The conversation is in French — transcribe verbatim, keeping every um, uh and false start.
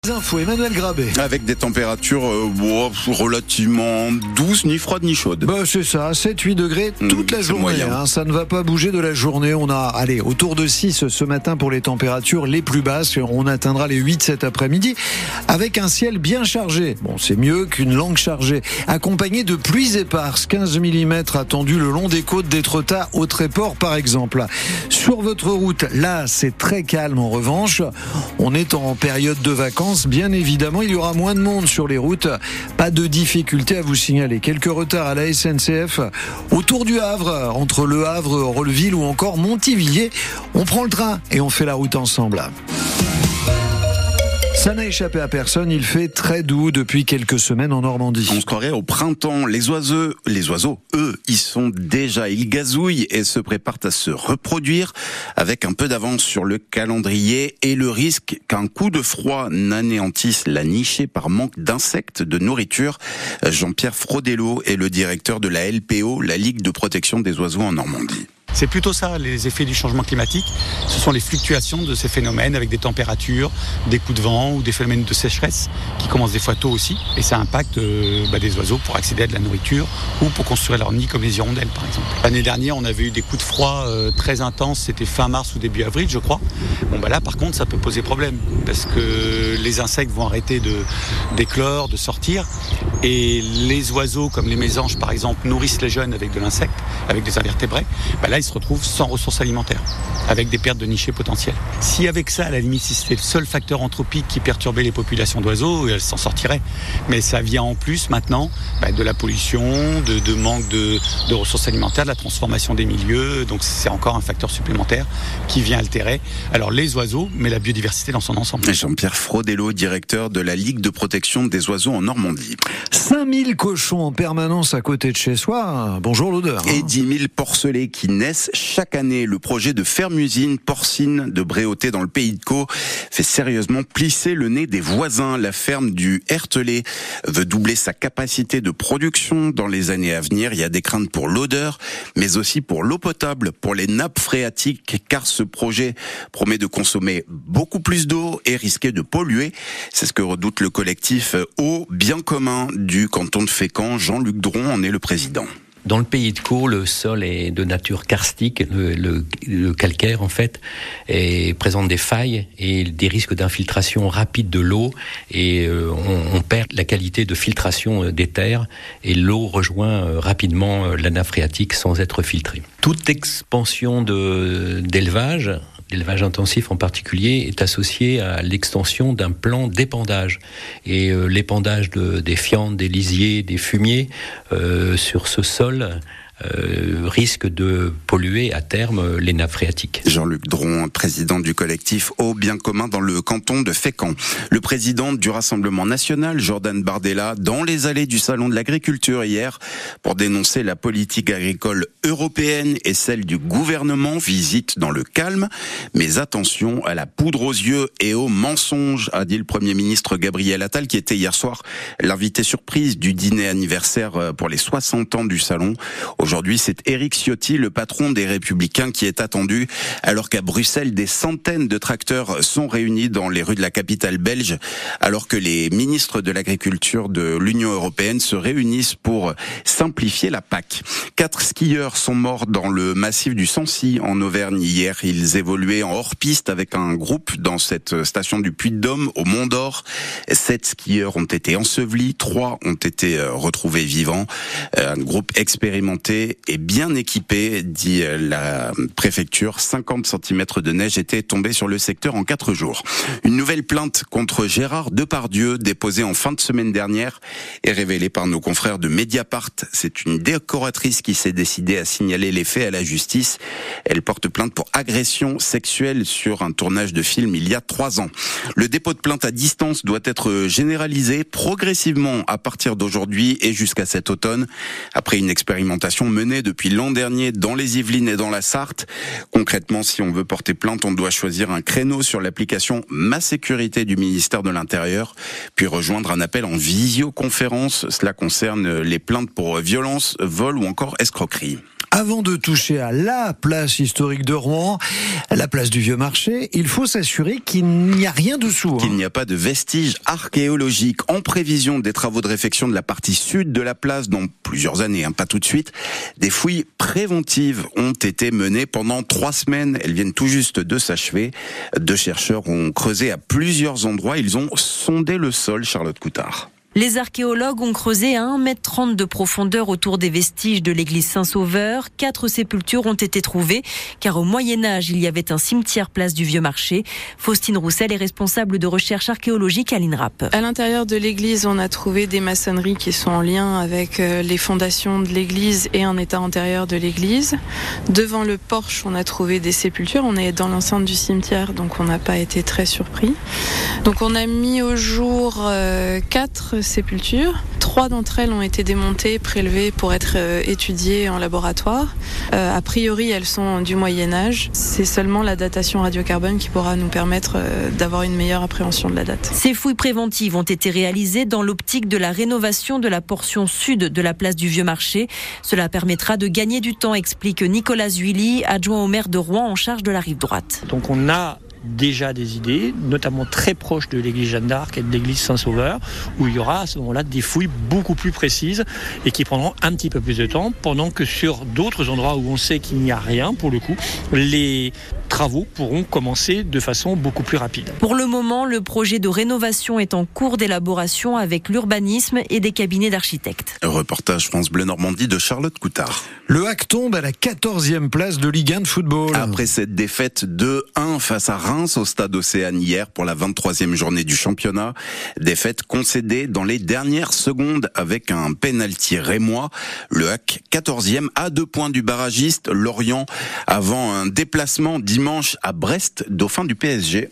Info, Emmanuel Grabé. Avec des températures euh, oh, relativement douces, ni froides ni chaudes. Bah c'est ça, sept huit degrés toute mmh, la journée. Hein, ça ne va pas bouger de la journée. On a, allez, autour de six ce matin pour les températures les plus basses. On atteindra les huit cet après-midi avec un ciel bien chargé. Bon, c'est mieux qu'une langue chargée. Accompagné de pluies éparses, quinze millimètres attendus le long des côtes d'Étretat au Tréport par exemple. Sur votre route, là, c'est très calme en revanche. On est en période de vacances. Bien évidemment, il y aura moins de monde sur les routes. Pas de difficulté à vous signaler. Quelques retards à la S N C F autour du Havre, entre Le Havre, Rolleville ou encore Montivilliers. On prend le train et on fait la route ensemble. Ça n'a échappé à personne, il fait très doux depuis quelques semaines en Normandie. On se croirait au printemps, les oiseaux, les oiseaux, eux, ils sont déjà, ils gazouillent et se préparent à se reproduire avec un peu d'avance sur le calendrier et le risque qu'un coup de froid n'anéantisse la nichée par manque d'insectes, de nourriture. Jean-Pierre Frodello est le directeur de la L P O, la Ligue de protection des oiseaux en Normandie. C'est plutôt ça, les effets du changement climatique. Ce sont les fluctuations de ces phénomènes avec des températures, des coups de vent ou des phénomènes de sécheresse qui commencent des fois tôt aussi. Et ça impacte euh, bah, des oiseaux pour accéder à de la nourriture ou pour construire leur nid comme les hirondelles par exemple. L'année dernière, on avait eu des coups de froid euh, très intenses, c'était fin mars ou début avril je crois. Bon bah là par contre ça peut poser problème parce que les insectes vont arrêter de, d'éclore, de sortir. Et les oiseaux comme les mésanges par exemple nourrissent les jeunes avec de l'insecte, avec des invertébrés. Bah là ils se retrouvent sans ressources alimentaires, avec des pertes de nichées potentielles. Si avec ça, à la limite, si c'était le seul facteur anthropique qui perturbait les populations d'oiseaux, elles s'en sortiraient. Mais ça vient en plus maintenant bah, de la pollution, de, de manque de, de ressources alimentaires, de la transformation des milieux. Donc c'est encore un facteur supplémentaire qui vient altérer alors les oiseaux, mais la biodiversité dans son ensemble. Jean-Pierre Frodello, directeur de la Ligue de protection des oiseaux en Normandie. cinq mille cochons en permanence à côté de chez soi. Bonjour l'odeur. Et dix mille porcelets qui naissent chaque année. Le projet de ferme-usine porcine de Bréauté dans le Pays de Caux fait sérieusement plisser le nez des voisins. La ferme du Hertelet veut doubler sa capacité de production dans les années à venir. Il y a des craintes pour l'odeur, mais aussi pour l'eau potable, pour les nappes phréatiques, car ce projet promet de consommer beaucoup plus d'eau et risquer de polluer. C'est ce que redoute le collectif Eau Bien Commun du canton de Fécamp. Jean-Luc Dron en est le président. Dans le Pays de Caux, le sol est de nature karstique, le, le, le calcaire en fait, et présente des failles et des risques d'infiltration rapide de l'eau, et euh, on, on perd la qualité de filtration des terres, et l'eau rejoint euh, rapidement euh, la nappe phréatique sans être filtrée. Toute expansion de, d'élevage, l'élevage intensif en particulier, est associé à l'extension d'un plan d'épandage. Et euh, l'épandage de, des fientes, des lisiers, des fumiers euh, sur ce sol Euh, risque de polluer à terme les nappes phréatiques. Jean-Luc Dron, président du collectif Eau Bien Commun dans le canton de Fécamp. Le président du Rassemblement National, Jordan Bardella, dans les allées du Salon de l'Agriculture hier pour dénoncer la politique agricole européenne et celle du gouvernement, visite dans le calme. Mais attention à la poudre aux yeux et aux mensonges, a dit le Premier ministre Gabriel Attal, qui était hier soir l'invité surprise du dîner anniversaire pour les soixante ans du Salon. Aujourd'hui, c'est Éric Ciotti, le patron des Républicains, qui est attendu, alors qu'à Bruxelles, des centaines de tracteurs sont réunis dans les rues de la capitale belge, alors que les ministres de l'Agriculture de l'Union européenne se réunissent pour simplifier la P A C. Quatre skieurs sont morts dans le massif du Sancy, en Auvergne, hier. Ils évoluaient en hors-piste avec un groupe dans cette station du Puy-de-Dôme, au Mont-d'Or. Sept skieurs ont été ensevelis, trois ont été retrouvés vivants. Un groupe expérimenté et bien équipé, dit la préfecture. cinquante centimètres de neige étaient tombés sur le secteur en quatre jours. Une nouvelle plainte contre Gérard Depardieu, déposée en fin de semaine dernière, est révélée par nos confrères de Mediapart. C'est une décoratrice qui s'est décidée à signaler les faits à la justice. Elle porte plainte pour agression sexuelle sur un tournage de film il y a trois ans. Le dépôt de plainte à distance doit être généralisé progressivement à partir d'aujourd'hui et jusqu'à cet automne, après une expérimentation menée depuis l'an dernier dans les Yvelines et dans la Sarthe. Concrètement, si on veut porter plainte, on doit choisir un créneau sur l'application Ma Sécurité du ministère de l'Intérieur, puis rejoindre un appel en visioconférence. Cela concerne les plaintes pour violence, vol ou encore escroquerie. Avant de toucher à la place historique de Rouen, la place du Vieux Marché, il faut s'assurer qu'il n'y a rien dessous. Qu'il hein. n'y a pas de vestiges archéologiques. En prévision des travaux de réfection de la partie sud de la place dans plusieurs années, hein, pas tout de suite, des fouilles préventives ont été menées pendant trois semaines. Elles viennent tout juste de s'achever. Deux chercheurs ont creusé à plusieurs endroits. Ils ont sondé le sol, Charlotte Coutard. Les archéologues ont creusé à un mètre trente de profondeur autour des vestiges de l'église Saint-Sauveur. Quatre sépultures ont été trouvées, car au Moyen-Âge, il y avait un cimetière place du Vieux Marché. Faustine Roussel est responsable de recherche archéologique à l'INRAP. À l'intérieur de l'église, on a trouvé des maçonneries qui sont en lien avec les fondations de l'église et un état antérieur de l'église. Devant le porche, on a trouvé des sépultures. On est dans l'enceinte du cimetière, donc on n'a pas été très surpris. Donc on a mis au jour euh, quatre sépultures. Trois d'entre elles ont été démontées, prélevées pour être euh, étudiées en laboratoire. Euh, a priori, elles sont du Moyen-Âge. C'est seulement la datation radiocarbone qui pourra nous permettre euh, d'avoir une meilleure appréhension de la date. Ces fouilles préventives ont été réalisées dans l'optique de la rénovation de la portion sud de la place du Vieux Marché. Cela permettra de gagner du temps, explique Nicolas Zuilly, adjoint au maire de Rouen en charge de la rive droite. Donc on a déjà des idées, notamment très proches de l'église Jeanne d'Arc et de l'église Saint-Sauveur, où il y aura à ce moment-là des fouilles beaucoup plus précises et qui prendront un petit peu plus de temps, pendant que sur d'autres endroits où on sait qu'il n'y a rien, pour le coup, les travaux pourront commencer de façon beaucoup plus rapide. Pour le moment, le projet de rénovation est en cours d'élaboration avec l'urbanisme et des cabinets d'architectes. Reportage France Bleu Normandie de Charlotte Coutard. Le Hack tombe à la quatorzième place de Ligue un de football. Après cette défaite deux un face à Reims au stade Océane hier pour la vingt-troisième journée du championnat, défaite concédée dans les dernières secondes avec un pénalty rémois. Le Hack quatorzième à deux points du barragiste Lorient avant un déplacement dimanche à Brest, dauphin du P S G.